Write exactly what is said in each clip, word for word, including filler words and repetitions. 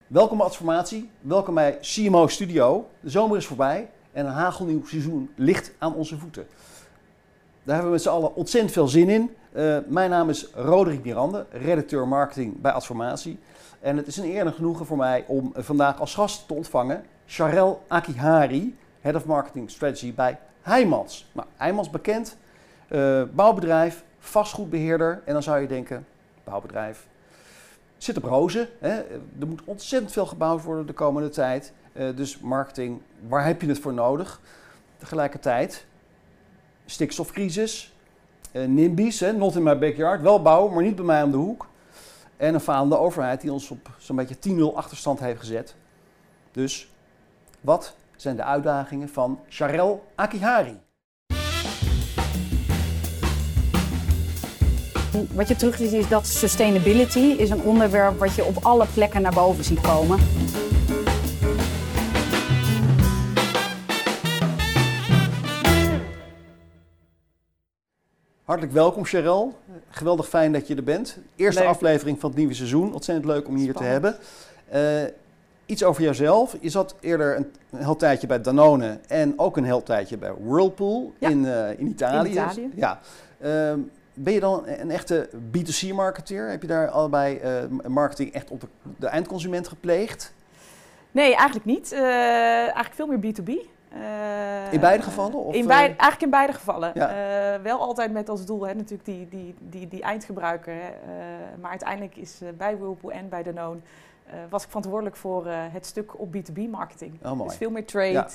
Welkom bij Adformatie, welkom bij C M O Studio. De zomer is voorbij en een hagelnieuw seizoen ligt aan onze voeten. Daar hebben we met z'n allen ontzettend veel zin in. Uh, mijn naam is Roderick Mirande, redacteur marketing bij Adformatie. En het is een eer en genoegen voor mij om vandaag als gast te ontvangen Sharel Akihari, Head of Marketing Strategy bij Heijmans. Nou, Heijmans bekend, uh, bouwbedrijf, vastgoedbeheerder. En dan zou je denken, bouwbedrijf, zit op rozen. Hè? Er moet ontzettend veel gebouwd worden de komende tijd. Uh, dus marketing, waar heb je het voor nodig? Tegelijkertijd, stikstofcrisis, uh, NIMBY's, hè? Not in my backyard, wel bouwen, maar niet bij mij om de hoek. En een falende overheid die ons op zo'n beetje tien nul achterstand heeft gezet. Dus wat zijn de uitdagingen van Sharel Akihari? Wat je terug ziet is dat sustainability is een onderwerp wat je op alle plekken naar boven ziet komen. Hartelijk welkom Sharel. Geweldig fijn dat je er bent. Eerste leuk. Aflevering van het nieuwe seizoen. Ontzettend leuk om je hier te hebben. Uh, iets over jouzelf. Je zat eerder een, een heel tijdje bij Danone en ook een heel tijdje bij Whirlpool ja. in, uh, in Italië. In Italië. Ja. Uh, ben je dan een echte B twee C marketeer? Heb je daar allebei uh, marketing echt op de, de eindconsument gepleegd? Nee, eigenlijk niet. Uh, eigenlijk veel meer B twee B. Uh, in beide gevallen? Of, in beide, eigenlijk in beide gevallen. Ja. Uh, wel altijd met als doel hè, natuurlijk die, die, die, die eindgebruiker. Hè. Uh, maar uiteindelijk is uh, bij Whirlpool en bij Danone uh, was ik verantwoordelijk voor uh, het stuk op B twee B marketing. Oh, mooi. Dus veel meer trade. Ja.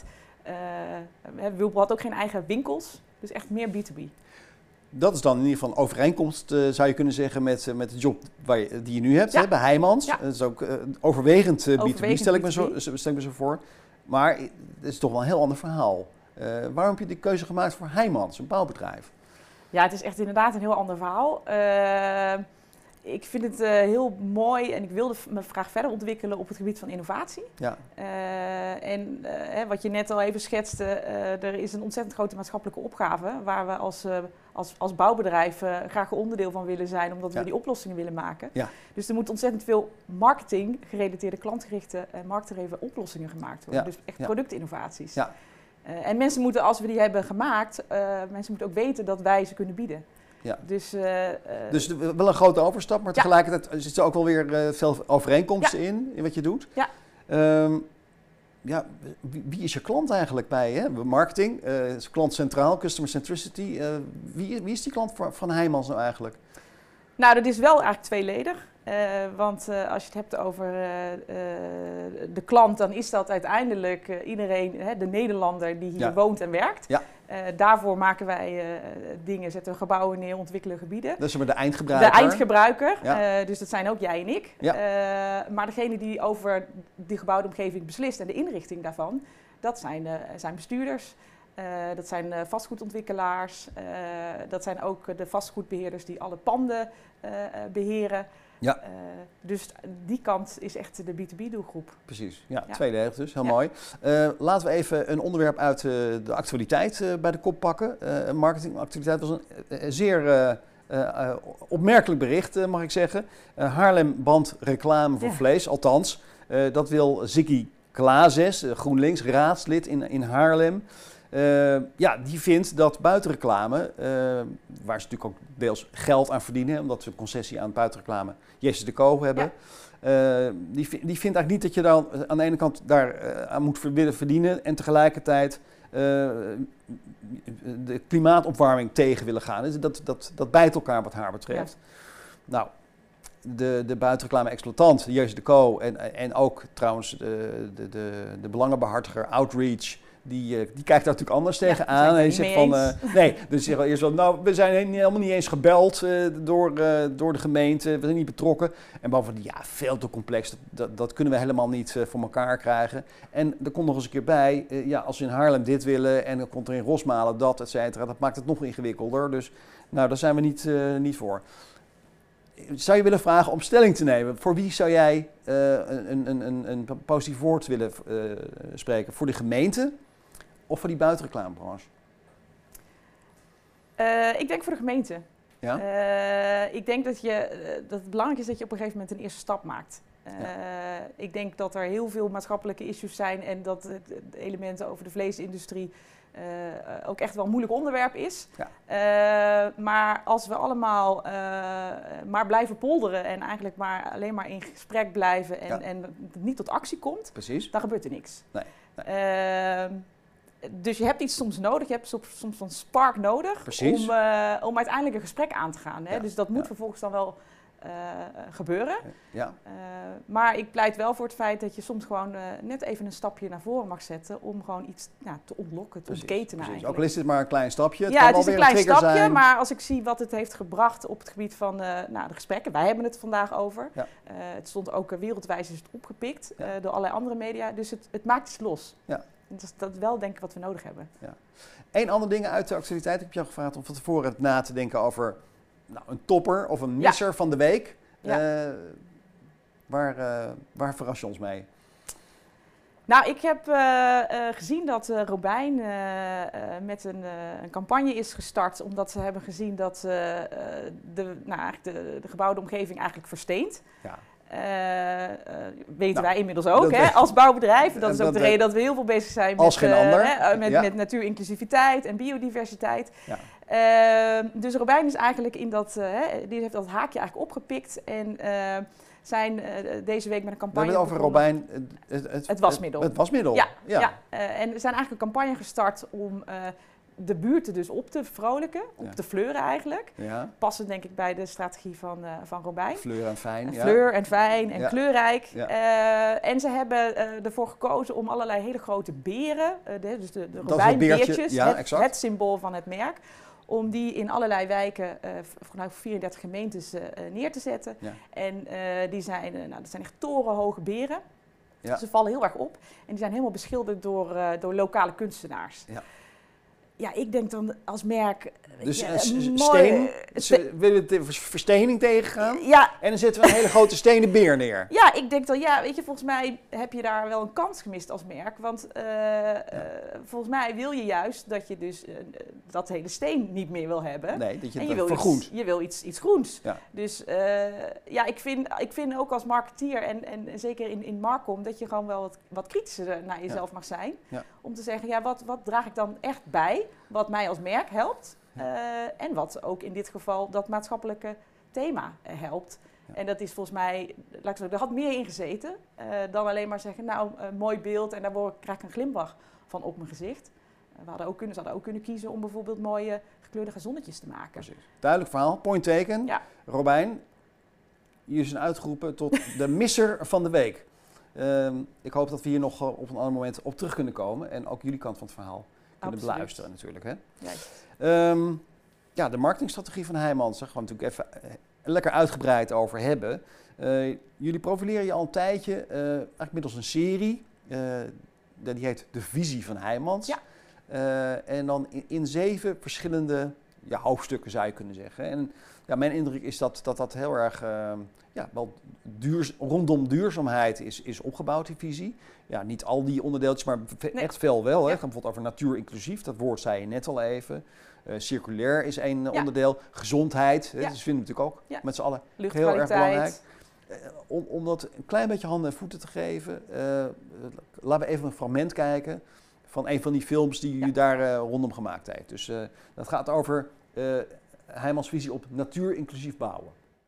Uh, Whirlpool had ook geen eigen winkels, dus echt meer B twee B. Dat is dan in ieder geval een overeenkomst, uh, zou je kunnen zeggen, met, uh, met de job waar je, die je nu hebt, ja. hè, bij Heijmans. Ja. Dat is ook uh, overwegend uh, overwegend B twee B, stel ik, me B twee B. zo, stel ik me zo voor. Maar het is toch wel een heel ander verhaal. Uh, waarom heb je de keuze gemaakt voor Heijmans, een bouwbedrijf? Ja, het is echt inderdaad een heel ander verhaal. Uh, ik vind het uh, heel mooi en ik wilde me graag verder ontwikkelen op het gebied van innovatie. Ja. Uh, en uh, hè, wat je net al even schetste, uh, er is een ontzettend grote maatschappelijke opgave waar we als, uh, als, als bouwbedrijf uh, graag een onderdeel van willen zijn, omdat ja. we die oplossingen willen maken. Ja. Dus er moet ontzettend veel marketing gerelateerde, klantgerichte en marktgedreven oplossingen gemaakt worden. Ja. Dus echt ja. productinnovaties. Ja. Uh, en mensen moeten, als we die hebben gemaakt, uh, mensen moeten ook weten dat wij ze kunnen bieden. Ja. Dus, uh, uh, dus wel een grote overstap, maar tegelijkertijd ja. zit er ook wel weer uh, veel overeenkomsten ja. in, in wat je doet. Ja. Um, ja, wie, wie is je klant eigenlijk bij hè? Marketing? Uh, is klant centraal, customer centricity. Uh, wie, wie is die klant voor, van Heijmans nou eigenlijk? Nou, dat is wel eigenlijk tweeledig. Uh, want uh, als je het hebt over uh, uh, de klant, dan is dat uiteindelijk uh, iedereen, hè, de Nederlander die hier ja. woont en werkt. Ja. Uh, daarvoor maken wij uh, dingen, zetten we gebouwen neer, ontwikkelen gebieden. Dat is maar de eindgebruiker. De eindgebruiker, ja. uh, dus dat zijn ook jij en ik. Ja. Uh, maar degene die over die gebouwde omgeving beslist en de inrichting daarvan, dat zijn, uh, zijn bestuurders. Uh, dat zijn uh, vastgoedontwikkelaars, uh, dat zijn ook de vastgoedbeheerders die alle panden uh, beheren. Ja. Uh, dus die kant is echt de B twee B doelgroep. Precies, ja, ja. tweeledig dus, heel ja. mooi. Uh, laten we even een onderwerp uit uh, de actualiteit uh, bij de kop pakken. Uh, marketingactualiteit was een uh, zeer uh, uh, opmerkelijk bericht, uh, mag ik zeggen. Uh, Haarlem bant reclame voor ja. vlees, althans. Uh, dat wil Ziggy Klaases, uh, GroenLinks raadslid in, in Haarlem. Uh, ja, die vindt dat buitenreclame, uh, waar ze natuurlijk ook deels geld aan verdienen, omdat ze een concessie aan buitenreclame Jesse de Koop hebben. Ja. Uh, die, die vindt eigenlijk niet dat je dan aan de ene kant daar uh, aan moet willen verdienen en tegelijkertijd uh, de klimaatopwarming tegen willen gaan. Dus dat, dat, dat bijt elkaar wat haar betreft. Ja. Nou, de, de buitenreclame-exploitant Jesse de Koop en, en ook trouwens de, de, de, de belangenbehartiger Outreach, Die, uh, die kijkt daar natuurlijk anders tegenaan. Ja, hij zegt van, uh, nee, dus zegt eerst wel, nou, we zijn helemaal niet eens gebeld uh, door, uh, door de gemeente, we zijn niet betrokken. En bovendien, ja, veel te complex, dat, dat, dat kunnen we helemaal niet uh, voor elkaar krijgen. En er komt nog eens een keer bij, uh, ja, als we in Haarlem dit willen en dan komt er in Rosmalen dat, et cetera, dat maakt het nog ingewikkelder. Dus, nou, daar zijn we niet, uh, niet voor. Zou je willen vragen om stelling te nemen? Voor wie zou jij uh, een, een, een, een positief woord willen uh, spreken? Voor de gemeente? Of voor die buitenreclamebranche? Uh, ik denk voor de gemeente. Ja? Uh, ik denk dat, je, uh, dat het belangrijk is dat je op een gegeven moment een eerste stap maakt. Uh, ja. Ik denk dat er heel veel maatschappelijke issues zijn en dat de elementen over de vleesindustrie uh, ook echt wel een moeilijk onderwerp is. Ja. Uh, maar als we allemaal uh, maar blijven polderen en eigenlijk maar alleen maar in gesprek blijven en, ja. en het niet tot actie komt, Precies. dan gebeurt er niks. Nee. Nee. Uh, Dus je hebt iets soms nodig, je hebt soms, soms een spark nodig om, uh, om uiteindelijk een gesprek aan te gaan. Hè? Ja, dus dat moet ja. vervolgens dan wel uh, gebeuren. Ja. Uh, maar ik pleit wel voor het feit dat je soms gewoon uh, net even een stapje naar voren mag zetten om gewoon iets nou, te ontlokken, te precies, ontketenen precies. Ook al is dit maar een klein stapje. Het ja, kan het is een klein een stapje, zijn. Maar als ik zie wat het heeft gebracht op het gebied van uh, nou, de gesprekken, wij hebben het vandaag over. Ja. Uh, het stond ook uh, wereldwijd is het opgepikt ja. uh, door allerlei andere media, dus het, het maakt iets los. Ja. Dus dat is wel denk ik wat we nodig hebben. Ja. Eén ander ding uit de actualiteit. Ik heb jou gevraagd om van tevoren na te denken over nou, een topper of een misser ja. van de week. Ja. Uh, waar, uh, waar verras je ons mee? Nou, ik heb uh, uh, gezien dat uh, Robijn uh, uh, met een, uh, een campagne is gestart. Omdat ze hebben gezien dat uh, de, nou, eigenlijk de, de gebouwde omgeving eigenlijk versteent. Ja. Uh, uh, weten nou, wij inmiddels ook, hè, als bouwbedrijf. Dat is ook dat, de reden dat we heel veel bezig zijn met, geen ander. Uh, hè, met, ja. met natuurinclusiviteit en biodiversiteit. Ja. Uh, dus Robijn is eigenlijk in dat, uh, die heeft dat haakje eigenlijk opgepikt en uh, zijn uh, deze week met een campagne. We hebben het over Robijn, het, het, het wasmiddel. Het, het wasmiddel. Ja, ja. ja. Uh, en we zijn eigenlijk een campagne gestart om uh, de buurten dus op te vrolijken, op ja. te fleuren eigenlijk. Ja. Passend denk ik bij de strategie van, uh, van Robijn. Fleur en fijn. Ja. Fleur en fijn en ja. kleurrijk. Ja. Uh, en ze hebben uh, ervoor gekozen om allerlei hele grote beren, uh, de, dus de, de Robijnbeertjes, ja, het, het symbool van het merk, om die in allerlei wijken, uh, nou vierendertig gemeentes, uh, neer te zetten. Ja. En uh, die zijn, uh, nou, dat zijn echt torenhoge beren. Ja. Ze vallen heel erg op en die zijn helemaal beschilderd door, uh, door lokale kunstenaars. Ja. Ja, ik denk dan als merk... Dus ja, een steen, ze willen de verstening tegengaan ja. en dan zetten we een hele grote stenen beer neer. Ja, ik denk dan, ja, weet je, volgens mij heb je daar wel een kans gemist als merk. Want uh, ja. uh, volgens mij wil je juist dat je dus uh, dat hele steen niet meer wil hebben. Nee, dat je en het je wil vergroent. Iets, je wil iets, iets groens. Ja. Dus uh, ja, ik vind, ik vind ook als marketeer en, en, en zeker in, in Marcom dat je gewoon wel wat, wat kritischer naar jezelf ja. mag zijn. Ja. Om te zeggen, ja, wat, wat draag ik dan echt bij? Wat mij als merk helpt uh, en wat ook in dit geval dat maatschappelijke thema uh, helpt. Ja. En dat is volgens mij, laat ik zeggen, er had meer in gezeten uh, dan alleen maar zeggen, nou, een mooi beeld en daar word, krijg ik een glimlach van op mijn gezicht. Uh, we hadden ook kunnen, ze hadden ook kunnen kiezen om bijvoorbeeld mooie gekleurde gazonnetjes te maken. Precies. Duidelijk verhaal, point taken. Ja. Robijn, hier is een uitgeroepen tot de misser van de week. Uh, ik hoop dat we hier nog op een ander moment op terug kunnen komen en ook jullie kant van het verhaal kunnen Absoluut. beluisteren natuurlijk. Hè? Um, ja, de marketingstrategie van Heijmans, daar gaan we natuurlijk even uh, lekker uitgebreid over hebben. Uh, jullie profileren je al een tijdje, uh, eigenlijk middels een serie, uh, die heet De Visie van Heijmans. Ja. Uh, en dan in, in zeven verschillende ja, hoofdstukken zou je kunnen zeggen. En ja, mijn indruk is dat dat, dat heel erg uh, ja, wel duur, rondom duurzaamheid is, is opgebouwd, die visie. Ja, niet al die onderdeeltjes, maar nee. echt veel wel. Hè. Ja. Het gaat bijvoorbeeld over natuur-inclusief, dat woord zei je net al even. Uh, circulair is één ja. onderdeel. Gezondheid, ja. dat vinden we natuurlijk ook ja. met z'n allen heel erg belangrijk. Uh, om, om dat een klein beetje handen en voeten te geven, uh, laten we even een fragment kijken van een van die films die jullie ja. daar uh, rondom gemaakt heeft. Dus uh, dat gaat over uh, Heijmans visie op natuur-inclusief bouwen.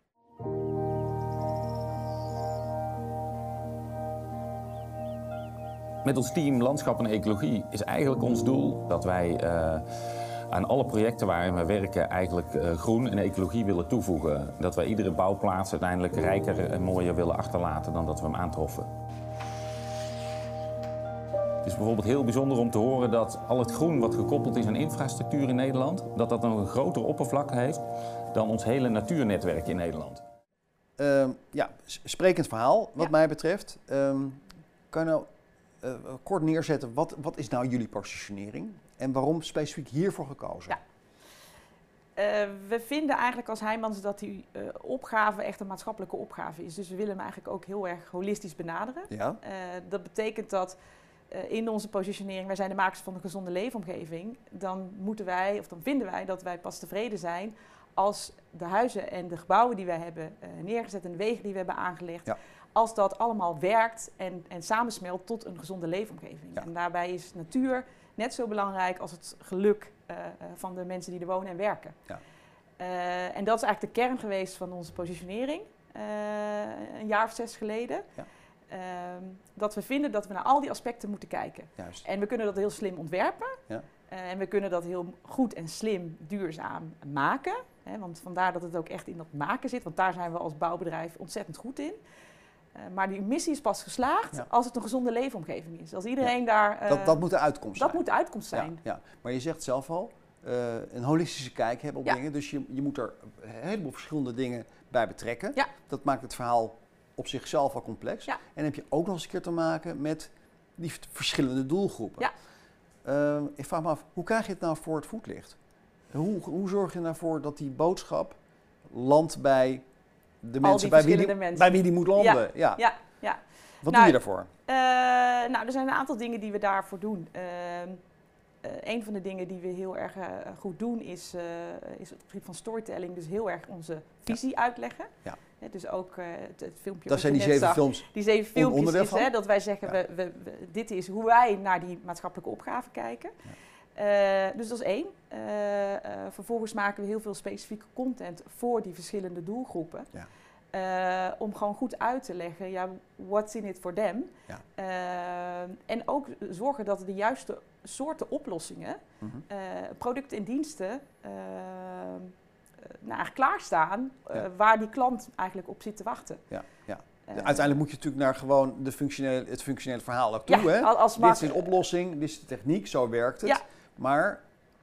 Met ons team Landschap en Ecologie is eigenlijk ons doel dat wij uh, aan alle projecten waarin we werken eigenlijk uh, groen en ecologie willen toevoegen. Dat wij iedere bouwplaats uiteindelijk rijker en mooier willen achterlaten dan dat we hem aantroffen. Het is bijvoorbeeld heel bijzonder om te horen dat al het groen wat gekoppeld is aan infrastructuur in Nederland, dat dat nog een grotere oppervlakte heeft dan ons hele natuurnetwerk in Nederland. Uh, ja, sprekend verhaal wat ja. mij betreft. Um, kan je nou uh, kort neerzetten, wat, wat is nou jullie positionering en waarom specifiek hiervoor gekozen? Ja. Uh, we vinden eigenlijk als Heijmans dat die uh, opgave echt een maatschappelijke opgave is. Dus we willen hem eigenlijk ook heel erg holistisch benaderen. Ja. Uh, dat betekent dat uh, in onze positionering, wij zijn de makers van een gezonde leefomgeving, dan moeten wij, of dan vinden wij dat wij pas tevreden zijn als de huizen en de gebouwen die wij hebben uh, neergezet en de wegen die we hebben aangelegd, ja. als dat allemaal werkt en, en samensmelt tot een gezonde leefomgeving. Ja. En daarbij is natuur net zo belangrijk als het geluk uh, van de mensen die er wonen en werken. Ja. Uh, en dat is eigenlijk de kern geweest van onze positionering, uh, een jaar of zes geleden. Ja. Uh, dat we vinden dat we naar al die aspecten moeten kijken. Juist. En we kunnen dat heel slim ontwerpen. Ja. Uh, en we kunnen dat heel goed en slim, duurzaam maken. Hè, want vandaar dat het ook echt in dat maken zit. Want daar zijn we als bouwbedrijf ontzettend goed in. Uh, maar die missie is pas geslaagd ja. als het een gezonde leefomgeving is. Als iedereen ja. daar... Uh, dat, dat moet de uitkomst dat zijn. moet de uitkomst zijn. Ja, ja. Maar je zegt zelf al, uh, een holistische kijk hebben op ja. dingen. Dus je, je moet er een heleboel verschillende dingen bij betrekken. Ja. Dat maakt het verhaal op zichzelf al complex. Ja. En dan heb je ook nog eens een keer te maken met die verschillende doelgroepen. Ja. Uh, ik vraag me af, hoe krijg je het nou voor het voetlicht? Hoe, hoe zorg je ervoor dat die boodschap landt bij de Al mensen, die bij wie die, mensen bij wie die moet landen? Ja, ja. ja, ja. Wat nou, doe je daarvoor? Uh, nou, er zijn een aantal dingen die we daarvoor doen. Uh, uh, een van de dingen die we heel erg uh, goed doen is, uh, is op het gebied van storytelling, dus heel erg onze visie ja. uitleggen. Ja. He, dus ook uh, het, het filmpje dat zijn die net zeven zag, films. Die zeven filmpjes is van? Hè, dat wij zeggen, ja. we, we, we, dit is hoe wij naar die maatschappelijke opgave kijken. Ja. Uh, dus dat is één. Uh, uh, vervolgens maken we heel veel specifieke content voor die verschillende doelgroepen. Ja. Uh, om gewoon goed uit te leggen, ja, what's in it for them. Ja. Uh, en ook zorgen dat er de juiste soorten oplossingen, mm-hmm. uh, producten en diensten, uh, nou, eigenlijk klaarstaan, uh, ja. waar die klant eigenlijk op zit te wachten. Ja, ja. Uh, Uiteindelijk moet je natuurlijk naar gewoon de functionele, het functionele verhaal ook toe. Ja, hè? Als dit is een oplossing, dit is de techniek, zo werkt het. Ja. Maar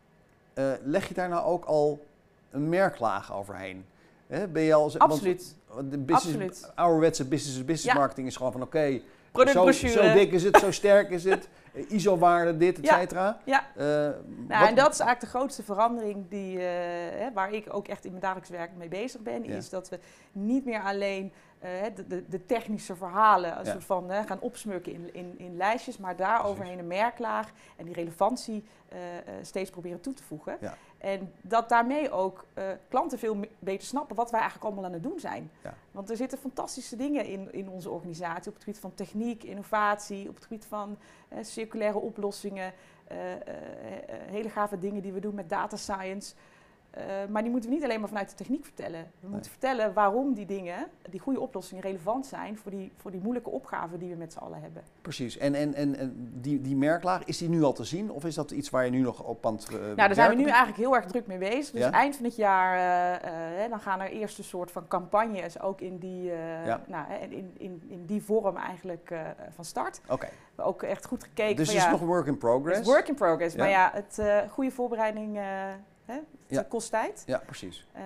uh, leg je daar nou ook al een merklaag overheen? He, ben je al, Absoluut. Want de business, Absoluut. Ouderwetse business-to-business ja. marketing is gewoon van oké, okay, zo, zo dik is het, zo sterk is het, I S O-waarde, dit, et cetera. Ja. ja. Uh, nou, en dat is eigenlijk de grootste verandering die, uh, hè, waar ik ook echt in mijn dagelijks werk mee bezig ben, ja. is dat we niet meer alleen uh, de, de, de technische verhalen een ja. soort van, hè, gaan opsmukken in, in, in lijstjes, maar daar Precies. overheen een merklaag en die relevantie uh, uh, steeds proberen toe te voegen. Ja. En dat daarmee ook uh, klanten veel beter snappen wat wij eigenlijk allemaal aan het doen zijn. Ja. Want er zitten fantastische dingen in, in onze organisatie op het gebied van techniek, innovatie, op het gebied van uh, circulaire oplossingen, uh, uh, uh, hele gave dingen die we doen met data science. Uh, maar die moeten we niet alleen maar vanuit de techniek vertellen. We nee. moeten vertellen waarom die dingen, die goede oplossingen, relevant zijn voor die, voor die moeilijke opgaven die we met z'n allen hebben. Precies. En, en, en, en die, die merklaag, is die nu al te zien? Of is dat iets waar je nu nog op aan het uh, Nou, daar zijn we nu eigenlijk heel erg druk mee bezig. Dus ja? eind van het jaar, uh, uh, hè, dan gaan er eerst een soort van campagnes ook in die, uh, ja. nou, in, in, in die vorm eigenlijk uh, van start. Oké. Okay. We hebben ook echt goed gekeken. Dus het is ja, nog work in progress? Het is work in progress. Ja. Maar ja, het uh, goede voorbereiding... Uh, Hè? Het ja. kost tijd. Ja, precies. Uh,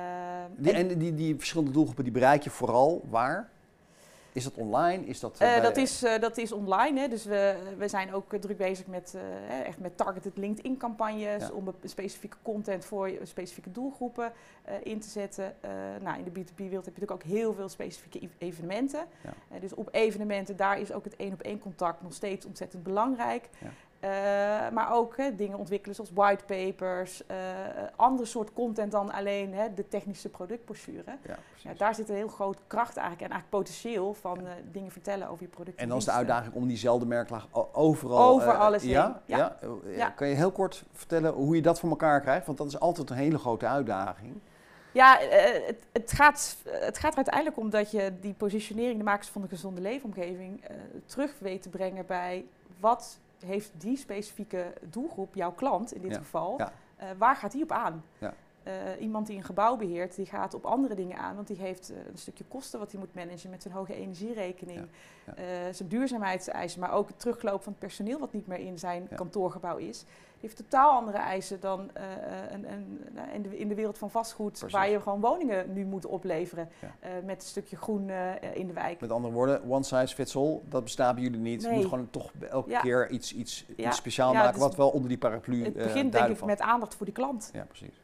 die, en die, die verschillende doelgroepen, die bereik je vooral waar? Is dat online? Is dat, uh, dat, is, uh, dat is online. Hè? Dus we, we zijn ook druk bezig met, uh, echt met targeted LinkedIn-campagnes. Ja. Om specifieke content voor specifieke doelgroepen uh, in te zetten. Uh, nou, in de B twee B-wereld heb je natuurlijk ook heel veel specifieke evenementen. Ja. Uh, dus op evenementen, daar is ook het één-op-één contact nog steeds ontzettend belangrijk. Ja. Uh, maar ook hè, dingen ontwikkelen zoals whitepapers, uh, andere soort content dan alleen hè, de technische productbrochure. Ja, ja, daar zit een heel groot kracht eigenlijk en eigenlijk potentieel van ja. uh, dingen vertellen over je producten. En dan is de uitdaging om diezelfde merklaag overal... Over uh, alles heen. Ja? Ja. Ja? Uh, ja. Kan je heel kort vertellen hoe je dat voor elkaar krijgt? Want dat is altijd een hele grote uitdaging. Ja, uh, het, het, gaat, het gaat er uiteindelijk om dat je die positionering, de makers van de gezonde leefomgeving, uh, terug weet te brengen bij wat... heeft die specifieke doelgroep, jouw klant in dit ja, geval, ja. Uh, waar gaat die op aan? Ja. Uh, iemand die een gebouw beheert, die gaat op andere dingen aan, want die heeft uh, een stukje kosten wat hij moet managen met zijn hoge energierekening, ja. Ja. Uh, zijn duurzaamheidseisen, maar ook het terugloop van het personeel wat niet meer in zijn ja. kantoorgebouw is. Die heeft totaal andere eisen dan uh, een, een, uh, in, de, in de wereld van vastgoed, Precies. waar je gewoon woningen nu moet opleveren ja. uh, met een stukje groen uh, in de wijk. Met andere woorden, one size fits all, dat bestaat bij jullie niet. Nee. Je moet gewoon toch elke ja. keer iets, iets, ja. iets speciaal ja, maken dus wat wel onder die paraplu Het begint uh, denk ik met aandacht voor die klant. Ja, precies.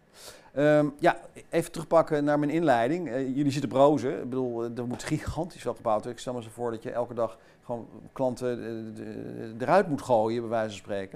Ja. Um, ja, even terugpakken naar mijn inleiding. Uh, jullie zitten brozen. Ik bedoel, er moet gigantisch veel gebouwd worden. Ik stel me zo voor dat je elke dag gewoon klanten uh, de, de, eruit moet gooien, bij wijze van spreken.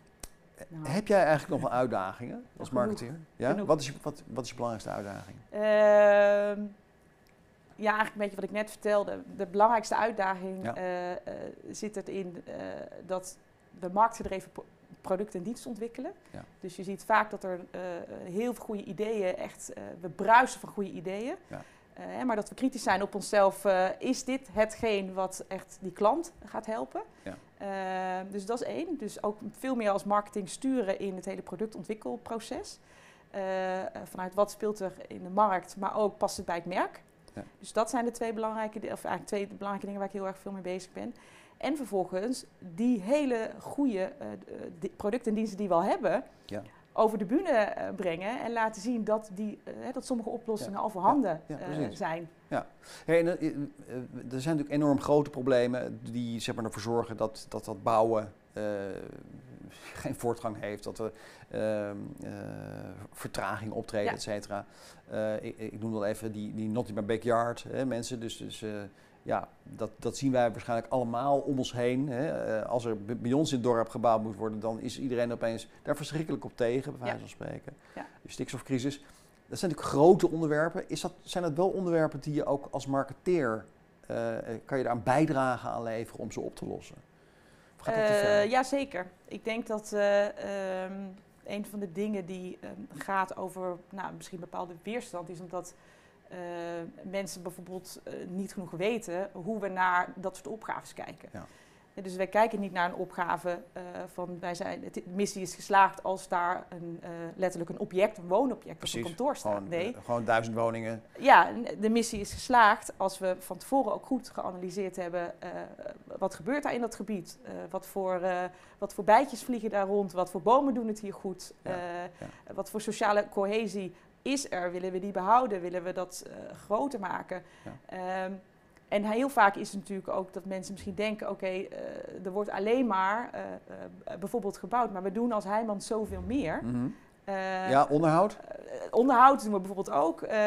Nou. Heb jij eigenlijk nog wel uitdagingen als marketeer? Ja? Wat, is je, wat, wat is je belangrijkste uitdaging? Uh, Ja, eigenlijk een beetje wat ik net vertelde. De belangrijkste uitdaging Ja. uh, uh, zit erin uh, dat we marktgedreven producten en diensten ontwikkelen. Ja. Dus je ziet vaak dat er uh, heel veel goede ideeën, echt, uh, we bruisen van goede ideeën. Ja. Uh, maar dat we kritisch zijn op onszelf, uh, is dit hetgeen wat echt die klant gaat helpen? Ja. Uh, dus dat is één. Dus ook veel meer als marketing sturen in het hele productontwikkelproces. Uh, vanuit wat speelt er in de markt, maar ook past het bij het merk. Ja. Dus dat zijn de twee belangrijke, of eigenlijk twee belangrijke dingen waar ik heel erg veel mee bezig ben. En vervolgens die hele goede uh, producten en diensten die we al hebben, ja. over de bühne uh, brengen en laten zien dat, die, uh, dat sommige oplossingen ja. al voorhanden ja. Ja, uh, zijn. Ja. Hey, en, uh, uh, er zijn natuurlijk enorm grote problemen die zeg maar, ervoor zorgen dat dat, dat bouwen uh, geen voortgang heeft, dat er uh, uh, vertraging optreedt, ja. et cetera. Uh, ik, ik noem wel even die, die not in my backyard, hè, mensen. Dus, dus uh, ja, dat, dat zien wij waarschijnlijk allemaal om ons heen. Hè. Uh, als er bij ons in het dorp gebouwd moet worden, dan is iedereen opeens daar verschrikkelijk op tegen, bij wijze ja. van spreken. Ja. De stikstofcrisis. Dat zijn natuurlijk grote onderwerpen. Is dat, zijn dat wel onderwerpen die je ook als marketeer, uh, kan je daar een bijdrage aan leveren om ze op te lossen? Of gaat dat te ver? Uh, ja, zeker. Ik denk dat uh, um, een van de dingen die um, gaat over nou, misschien bepaalde weerstand is omdat uh, mensen bijvoorbeeld uh, niet genoeg weten hoe we naar dat soort opgaves kijken. Ja. Dus wij kijken niet naar een opgave uh, van wij zijn, de missie is geslaagd als daar een, uh, letterlijk een object, een woonobject of een kantoor staat. Gewoon, nee. uh, gewoon duizend woningen. Ja, de missie is geslaagd als we van tevoren ook goed geanalyseerd hebben uh, wat gebeurt daar in dat gebied. Uh, wat, voor, uh, wat voor bijtjes vliegen daar rond, wat voor bomen doen het hier goed. Uh, ja, ja. Wat voor sociale cohesie is er, willen we die behouden, willen we dat uh, groter maken. Ja. Um, En heel vaak is het natuurlijk ook dat mensen misschien denken, oké, okay, uh, er wordt alleen maar uh, uh, bijvoorbeeld gebouwd, maar we doen als Heijmans zoveel meer. Mm-hmm. uh, ja, onderhoud? Uh, onderhoud doen we bijvoorbeeld ook. Uh,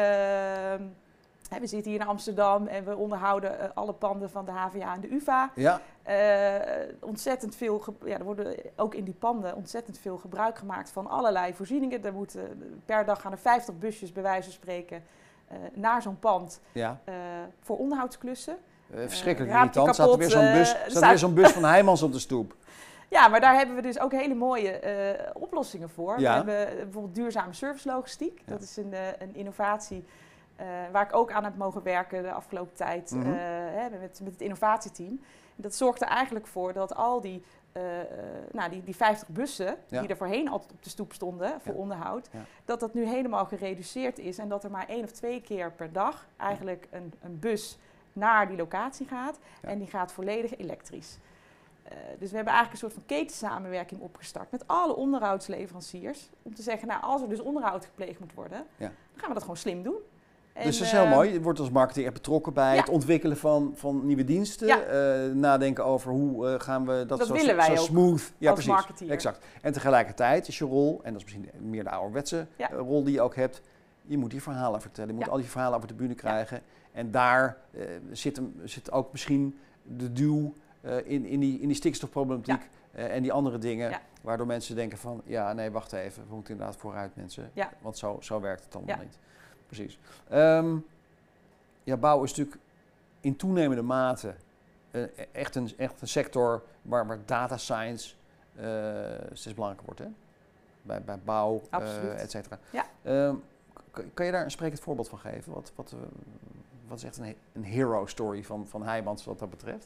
we zitten hier in Amsterdam en we onderhouden uh, alle panden van de H V A en de U vA. Ja. Uh, ontzettend veel, ge- ja, er worden ook in die panden ontzettend veel gebruik gemaakt van allerlei voorzieningen. Er moeten, per dag gaan er vijftig busjes bij wijze van spreken Uh, naar zo'n pand ja. uh, voor onderhoudsklussen. Uh, verschrikkelijk uh, irritant. Staat er weer zo'n bus, uh, staat er weer zo'n bus van Heijmans op de stoep. Ja, maar daar hebben we dus ook hele mooie uh, oplossingen voor. Ja. We hebben bijvoorbeeld duurzame servicelogistiek. Ja. Dat is een, uh, een innovatie uh, waar ik ook aan heb mogen werken de afgelopen tijd mm-hmm. uh, hè, met, met het innovatieteam. Dat zorgt er eigenlijk voor dat al die Uh, nou, die, die vijftig bussen ja. die er voorheen altijd op de stoep stonden voor ja. onderhoud, ja. dat dat nu helemaal gereduceerd is en dat er maar één of twee keer per dag eigenlijk ja. een, een bus naar die locatie gaat ja. en die gaat volledig elektrisch. Uh, dus we hebben eigenlijk een soort van ketensamenwerking opgestart met alle onderhoudsleveranciers om te zeggen, nou, als er dus onderhoud gepleegd moet worden, ja. dan gaan we dat gewoon slim doen. En, dus dat is heel uh, mooi. Je wordt als marketeer echt betrokken bij ja. het ontwikkelen van, van nieuwe diensten. Ja. Uh, nadenken over hoe uh, gaan we dat, dat zo, willen wij zo ook smooth. Ja, als precies. marketeer. Exact. En tegelijkertijd is je rol, en dat is misschien meer de ouderwetse ja. uh, rol die je ook hebt, je moet die verhalen vertellen. Je moet ja. al die verhalen over de bühne krijgen. Ja. En daar uh, zit, hem, zit ook misschien de duw uh, in, in, die, in die stikstofproblematiek ja. uh, en die andere dingen. Ja. Waardoor mensen denken van, ja nee, wacht even. We moeten inderdaad vooruit mensen. Ja. Want zo, zo werkt het allemaal ja. niet. Precies. Um, ja, bouw is natuurlijk in toenemende mate uh, echt, een, echt een sector waar, waar data science uh, steeds belangrijker wordt, hè? Bij, bij bouw, uh, et cetera. Ja. Um, k- kan je daar een sprekend voorbeeld van geven? Wat, wat, uh, wat is echt een, een hero story van, van Heijmans wat dat betreft?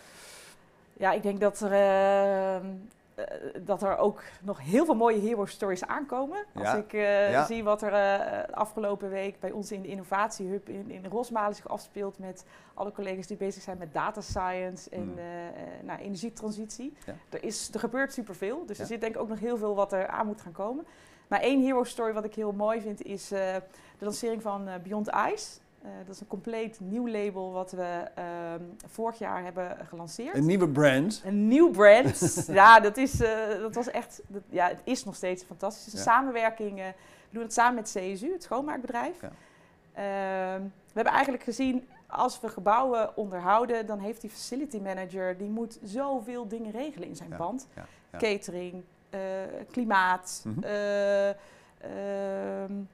Ja, ik denk dat er... Uh, Uh, dat er ook nog heel veel mooie hero stories aankomen. Als ja. ik uh, ja. zie wat er uh, afgelopen week bij ons in de innovatiehub in, in Rosmalen zich afspeelt met alle collega's die bezig zijn met data science en mm. uh, nou, energietransitie. Ja. Er, is, er gebeurt superveel, dus ja. er zit denk ik ook nog heel veel wat er aan moet gaan komen. Maar één hero story wat ik heel mooi vind is uh, de lancering van uh, Beyond Ice. Uh, dat is een compleet nieuw label wat we uh, vorig jaar hebben gelanceerd. Een nieuwe brand. Een nieuw brand. ja, dat, is, uh, dat was echt, dat, ja, het is nog steeds fantastisch. Het is een ja. samenwerking. Uh, we doen het samen met C S U, het schoonmaakbedrijf. Ja. Uh, we hebben eigenlijk gezien, als we gebouwen onderhouden, dan heeft die facility manager, die moet zoveel dingen regelen in zijn ja. pand. Ja. Ja. Catering, uh, klimaat, mm-hmm. uh, uh,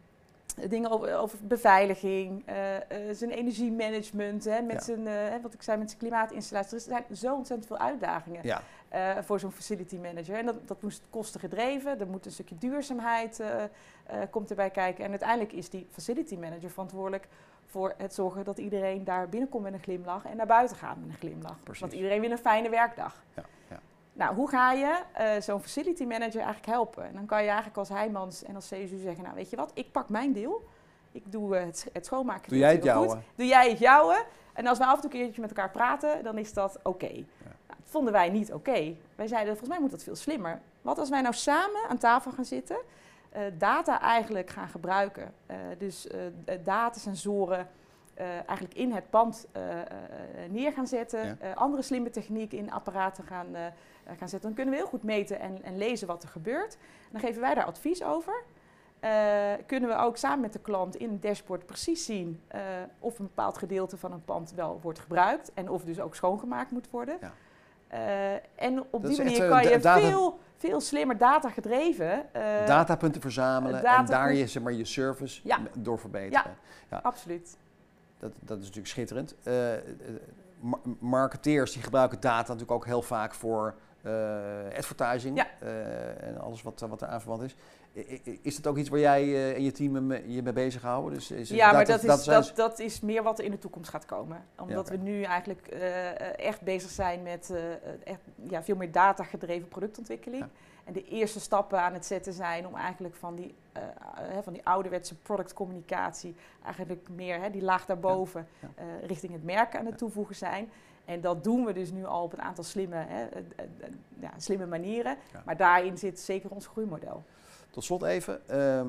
dingen over, over beveiliging, uh, uh, zijn energiemanagement, hè, met ja. zijn, uh, wat ik zei, met zijn klimaatinstallaties. Er zijn zo ontzettend veel uitdagingen ja. uh, voor zo'n facility manager. En dat, dat moest kostengedreven, er moet een stukje duurzaamheid uh, uh, komt erbij kijken. En uiteindelijk is die facility manager verantwoordelijk voor het zorgen dat iedereen daar binnenkomt met een glimlach en naar buiten gaat met een glimlach. Precies. Want iedereen wil een fijne werkdag. Ja, ja. Nou, hoe ga je uh, zo'n facility manager eigenlijk helpen? En dan kan je eigenlijk als Heijmans en als C S U zeggen, nou weet je wat, ik pak mijn deel. Ik doe uh, het, het schoonmaken. Doe jij het jouwe? Goed. Doe jij het jouwe. En als we af en toe een keertje met elkaar praten, dan is dat oké. Okay. Ja. Nou, dat vonden wij niet oké. Okay. Wij zeiden, volgens mij moet dat veel slimmer. Wat als wij nou samen aan tafel gaan zitten, uh, data eigenlijk gaan gebruiken. Uh, dus uh, datasensoren uh, eigenlijk in het pand uh, uh, neer gaan zetten. Ja. Uh, andere slimme technieken in apparaten gaan, uh, gaan zetten. Dan kunnen we heel goed meten en, en lezen wat er gebeurt. En dan geven wij daar advies over. Uh, kunnen we ook samen met de klant in het dashboard precies zien uh, of een bepaald gedeelte van een pand wel wordt gebruikt en of dus ook schoongemaakt moet worden. Ja. Uh, en op dat die manier echt, kan je data, veel, veel slimmer data gedreven... Uh, datapunten verzamelen data en daar je, zeg maar, je service ja. door verbeteren. Ja, ja. absoluut. Dat, dat is natuurlijk schitterend. Uh, mar- marketeers die gebruiken data natuurlijk ook heel vaak voor uh, advertising ja. uh, en alles wat, wat er aan verwant is. Is dat ook iets waar jij uh, en je team je mee bezighouden? Dus is ja, maar dat, dat, is, dat, dat is meer wat er in de toekomst gaat komen. Omdat ja, okay. we nu eigenlijk uh, echt bezig zijn met uh, echt, ja, veel meer data-gedreven productontwikkeling. Ja. En de eerste stappen aan het zetten zijn om eigenlijk van die, uh, uh, van die ouderwetse productcommunicatie, eigenlijk meer hè, die laag daarboven, ja. Ja. Uh, richting het merk aan het toevoegen zijn. En dat doen we dus nu al op een aantal slimme, hè, uh, uh, uh, ja, slimme manieren. Ja. Maar daarin zit zeker ons groeimodel. Tot slot even, uh,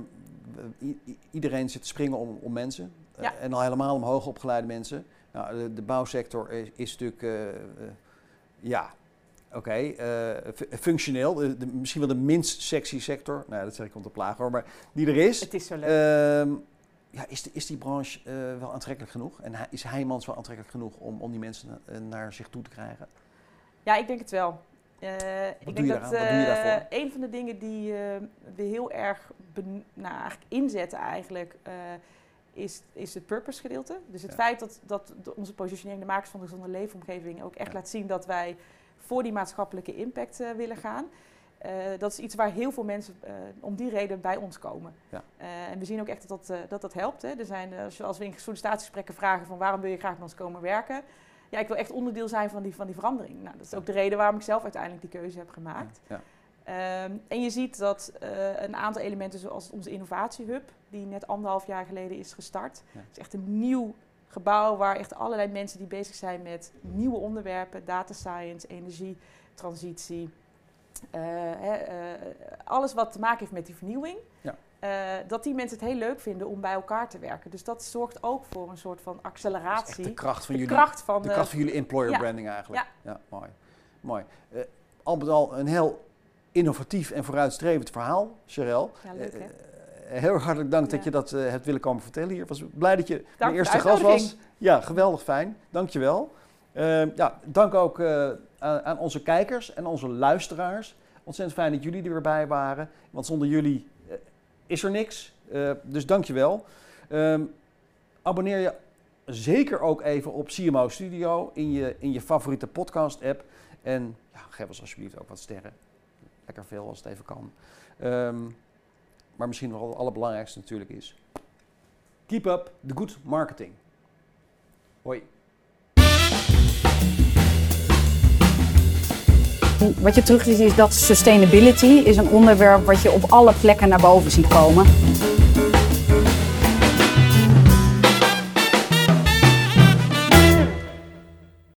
i- iedereen zit te springen om, om mensen ja. uh, en al helemaal om hoogopgeleide mensen. Nou, de, de bouwsector is, is natuurlijk, uh, uh, ja, oké, okay, uh, f- functioneel. De, de, misschien wel de minst sexy sector, nou dat zeg ik om te plagen hoor, maar die er is. Het is zo leuk. Uh, ja, is, de, is die branche uh, wel aantrekkelijk genoeg? En is Heijmans wel aantrekkelijk genoeg om, om die mensen uh, naar zich toe te krijgen? Ja, ik denk het wel. Uh, Wat, ik doe denk je dat, Wat doe je daarvoor? Uh, een van de dingen die uh, we heel erg ben, nou, eigenlijk inzetten eigenlijk, uh, is, is het purpose gedeelte. Dus het ja. feit dat, dat onze positionering, de makers van de gezonde leefomgeving, ook echt ja. laat zien dat wij voor die maatschappelijke impact uh, willen gaan. Uh, dat is iets waar heel veel mensen uh, om die reden bij ons komen. Ja. Uh, en we zien ook echt dat dat, uh, dat, dat helpt. Hè. Er zijn, uh, als we in sollicitatiegesprekken vragen van waarom wil je graag met ons komen werken, ja, ik wil echt onderdeel zijn van die, van die verandering. Nou, dat is ook de reden waarom ik zelf uiteindelijk die keuze heb gemaakt. Ja, ja. Um, en je ziet dat uh, een aantal elementen zoals onze innovatiehub, die net anderhalf jaar geleden is gestart. Ja. Het is echt een nieuw gebouw waar echt allerlei mensen die bezig zijn met nieuwe onderwerpen, data science, energie, transitie. Uh, he, uh, alles wat te maken heeft met die vernieuwing. Ja. Uh, dat die mensen het heel leuk vinden om bij elkaar te werken. Dus dat zorgt ook voor een soort van acceleratie. Dat is echt de kracht van, de jullie, kracht van, de kracht van jullie employer ja. branding eigenlijk. Ja, ja mooi. mooi. Uh, al met al een heel innovatief en vooruitstrevend verhaal, Sharelle. Ja, leuk, hè? Uh, heel erg hartelijk dank ja. dat je dat uh, hebt willen komen vertellen hier. Ik was blij dat je dank mijn eerste gast was. Ja, geweldig fijn. Dank je wel. Uh, ja, dank ook uh, aan, aan onze kijkers en onze luisteraars. Ontzettend fijn dat jullie er weer bij waren. Want zonder jullie uh, is er niks. Uh, dus dank je wel. Um, abonneer je zeker ook even op C M O Studio in je, in je favoriete podcast app. En ja, geef ons alsjeblieft ook wat sterren. Lekker veel als het even kan. Um, maar misschien wel het allerbelangrijkste natuurlijk is. Keep up the good marketing. Hoi. Wat je terug ziet is dat sustainability is een onderwerp wat je op alle plekken naar boven ziet komen.